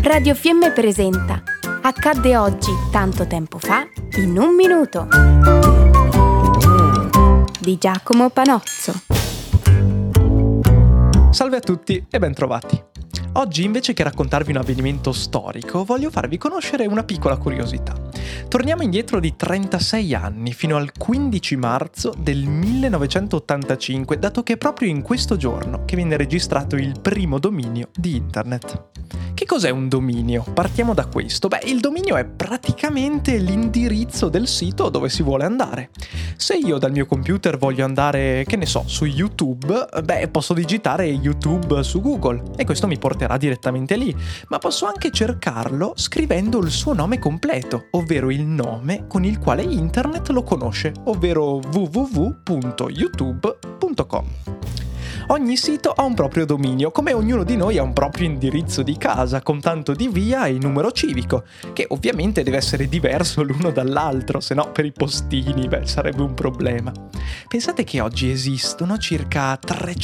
Radio Fiemme presenta Accadde oggi, tanto tempo fa, in un minuto di Giacomo Panozzo. Salve a tutti e bentrovati. Oggi, invece che raccontarvi un avvenimento storico, voglio farvi conoscere una piccola curiosità. Torniamo indietro di 36 anni, fino al 15 marzo del 1985, dato che è proprio in questo giorno che viene registrato il primo dominio di Internet. Che cos'è un dominio? Partiamo da questo. Il dominio è praticamente l'indirizzo del sito dove si vuole andare. Se io dal mio computer voglio andare, su YouTube, posso digitare YouTube su Google e questo mi porterà direttamente lì, ma posso anche cercarlo scrivendo il suo nome completo, ovvero il nome con il quale Internet lo conosce, ovvero www.youtube.com. Ogni sito ha un proprio dominio, come ognuno di noi ha un proprio indirizzo di casa, con tanto di via e numero civico, che ovviamente deve essere diverso l'uno dall'altro, se no per i postini, sarebbe un problema. Pensate che oggi esistono circa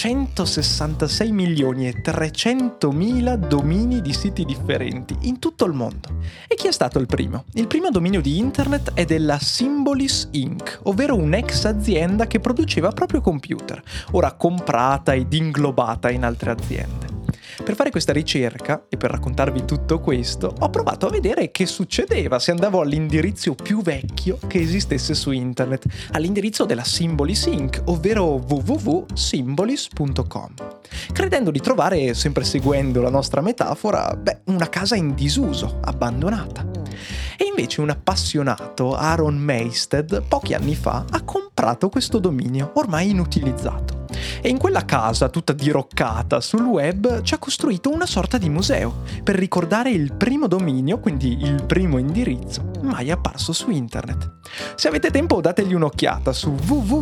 366 milioni e 300.000 domini di siti differenti in tutto il mondo. E chi è stato il primo? Il primo dominio di Internet è della Symbolis Inc., ovvero un'ex azienda che produceva proprio computer, ora comprata ed inglobata in altre aziende. Per fare questa ricerca e per raccontarvi tutto questo, ho provato a vedere che succedeva se andavo all'indirizzo più vecchio che esistesse su internet, all'indirizzo della Symbolis Inc., ovvero www.symbolis.com, credendo di trovare, sempre seguendo la nostra metafora, una casa in disuso, abbandonata. E invece un appassionato, Aaron Meisted, pochi anni fa ha comprato questo dominio, ormai inutilizzato. E in quella casa, tutta diroccata sul web, ci ha costruito una sorta di museo per ricordare il primo dominio, quindi il primo indirizzo, mai apparso su internet. Se avete tempo dategli un'occhiata su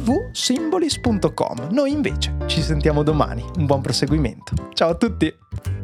www.symbolis.com. Noi invece ci sentiamo domani. Un buon proseguimento. Ciao a tutti!